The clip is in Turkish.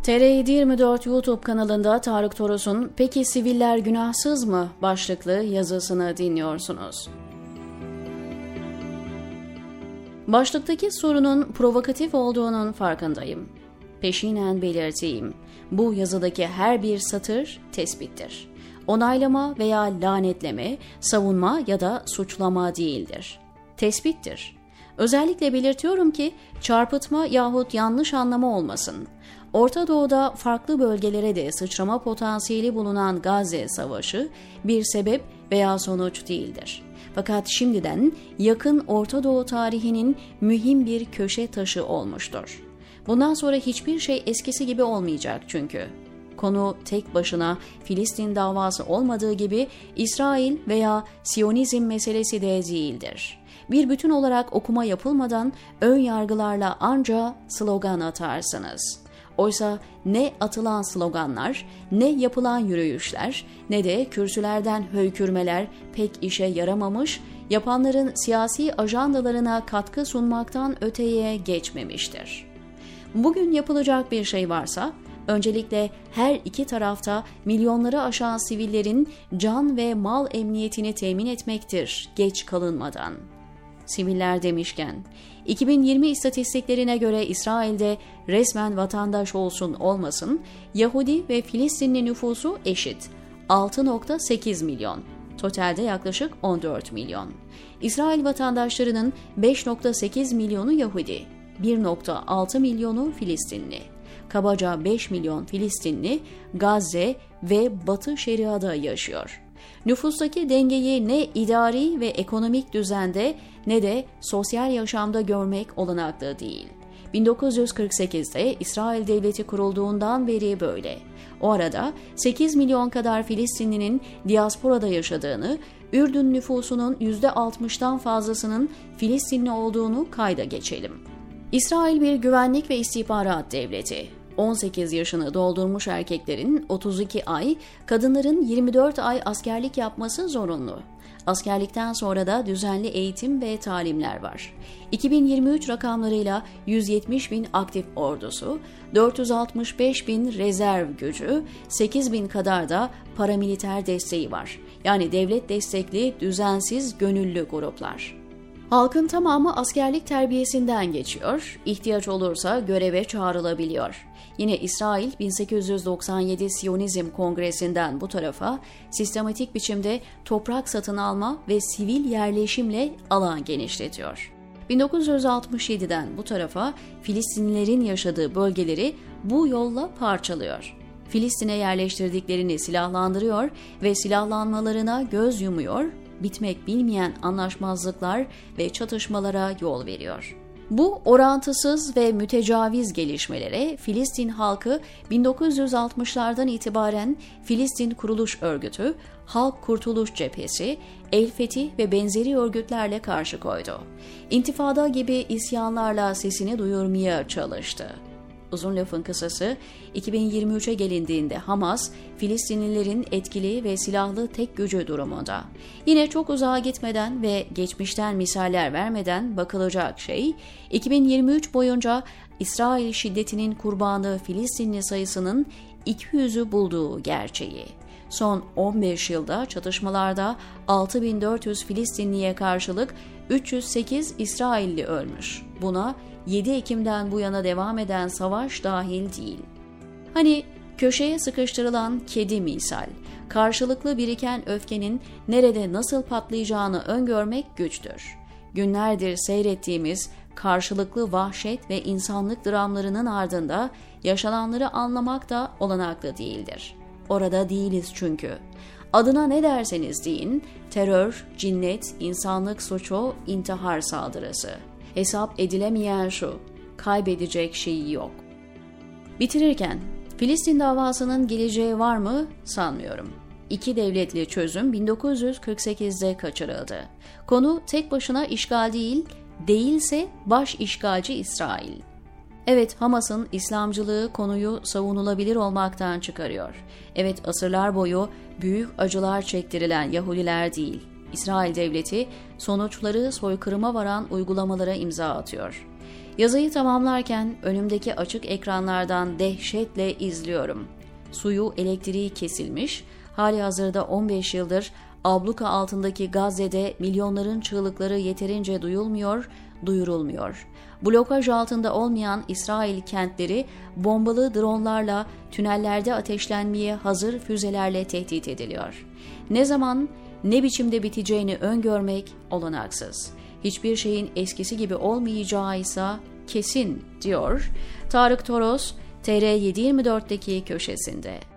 TR724 YouTube kanalında Tarık Toros'un "Peki siviller günahsız mı?" başlıklı yazısını dinliyorsunuz. Başlıktaki sorunun provokatif olduğunun farkındayım. Peşinen belirteyim. Bu yazıdaki her bir satır tespittir. Onaylama veya lanetleme, savunma ya da suçlama değildir. Tespittir. Özellikle belirtiyorum ki çarpıtma yahut yanlış anlama olmasın. Orta Doğu'da farklı bölgelere de sıçrama potansiyeli bulunan Gazze Savaşı bir sebep veya sonuç değildir. Fakat şimdiden yakın Orta Doğu tarihinin mühim bir köşe taşı olmuştur. Bundan sonra hiçbir şey eskisi gibi olmayacak çünkü. Konu tek başına Filistin davası olmadığı gibi İsrail veya Siyonizm meselesi de değildir. Bir bütün olarak okuma yapılmadan ön yargılarla anca slogan atarsınız. Oysa ne atılan sloganlar, ne yapılan yürüyüşler, ne de kürsülerden höykürmeler pek işe yaramamış, yapanların siyasi ajandalarına katkı sunmaktan öteye geçmemiştir. Bugün yapılacak bir şey varsa, öncelikle her iki tarafta milyonları aşan sivillerin can ve mal emniyetini temin etmektir geç kalınmadan. Siviller demişken, 2020 istatistiklerine göre İsrail'de resmen vatandaş olsun olmasın, Yahudi ve Filistinli nüfusu eşit, 6,8 milyon, totalde yaklaşık 14 milyon. İsrail vatandaşlarının 5,8 milyonu Yahudi, 1,6 milyonu Filistinli. Kabaca 5 milyon Filistinli Gazze ve Batı Şeria'da yaşıyor. Nüfustaki dengeyi ne idari ve ekonomik düzende ne de sosyal yaşamda görmek olanaklı değil. 1948'de İsrail Devleti kurulduğundan beri böyle. O arada 8 milyon kadar Filistinlinin diasporada yaşadığını, Ürdün nüfusunun %60'dan fazlasının Filistinli olduğunu kayda geçelim. İsrail bir güvenlik ve istihbarat devleti. 18 yaşını doldurmuş erkeklerin 32 ay, kadınların 24 ay askerlik yapması zorunlu. Askerlikten sonra da düzenli eğitim ve talimler var. 2023 rakamlarıyla 170 bin aktif ordusu, 465 bin rezerv gücü, 8 bin kadar da paramiliter desteği var. Yani devlet destekli, düzensiz, gönüllü gruplar. Halkın tamamı askerlik terbiyesinden geçiyor, ihtiyaç olursa göreve çağrılabiliyor. Yine İsrail 1897 Siyonizm Kongresi'nden bu tarafa sistematik biçimde toprak satın alma ve sivil yerleşimle alan genişletiyor. 1967'den bu tarafa Filistinlilerin yaşadığı bölgeleri bu yolla parçalıyor. Filistin'e yerleştirdiklerini silahlandırıyor ve silahlanmalarına göz yumuyor, bitmek bilmeyen anlaşmazlıklar ve çatışmalara yol veriyor. Bu orantısız ve mütecaviz gelişmelere Filistin halkı 1960'lardan itibaren Filistin Kuruluş Örgütü, Halk Kurtuluş Cephesi, El Fetih ve benzeri örgütlerle karşı koydu. İntifada gibi isyanlarla sesini duyurmaya çalıştı. Uzun lafın kısası, 2023'e gelindiğinde Hamas, Filistinlilerin etkili ve silahlı tek gücü durumunda. Yine çok uzağa gitmeden ve geçmişten misaller vermeden bakılacak şey, 2023 boyunca İsrail şiddetinin kurbanı Filistinli sayısının 200'ü bulduğu gerçeği. Son 15 yılda çatışmalarda 6.400 Filistinliye karşılık 308 İsrailli ölmüş. Buna 7 Ekim'den bu yana devam eden savaş dahil değil. Hani köşeye sıkıştırılan kedi misal, karşılıklı biriken öfkenin nerede nasıl patlayacağını öngörmek güçtür. Günlerdir seyrettiğimiz karşılıklı vahşet ve insanlık dramlarının ardında yaşananları anlamak da olanaklı değildir. Orada değiliz çünkü. Adına ne derseniz deyin, terör, cinnet, insanlık suçu, intihar saldırısı. Hesap edilemeyen şu, kaybedecek şeyi yok. Bitirirken, Filistin davasının geleceği var mı sanmıyorum. İki devletli çözüm 1948'de kaçırıldı. Konu tek başına işgal değil, değilse baş işgalci İsrail. Evet, Hamas'ın İslamcılığı konuyu savunulabilir olmaktan çıkarıyor. Evet, asırlar boyu büyük acılar çektirilen Yahudiler değil, İsrail devleti sonuçları soykırıma varan uygulamalara imza atıyor. Yazıyı tamamlarken önümdeki açık ekranlardan dehşetle izliyorum. Suyu, elektriği kesilmiş, halihazırda 15 yıldır abluka altındaki Gazze'de milyonların çığlıkları yeterince duyulmuyor, duyurulmuyor. Blokaj altında olmayan İsrail kentleri bombalı dronlarla, tünellerde ateşlenmeye hazır füzelerle tehdit ediliyor. Ne zaman, ne biçimde biteceğini öngörmek olanaksız. Hiçbir şeyin eskisi gibi olmayacağı ise kesin, diyor Tarık Toros, TR724'deki köşesinde.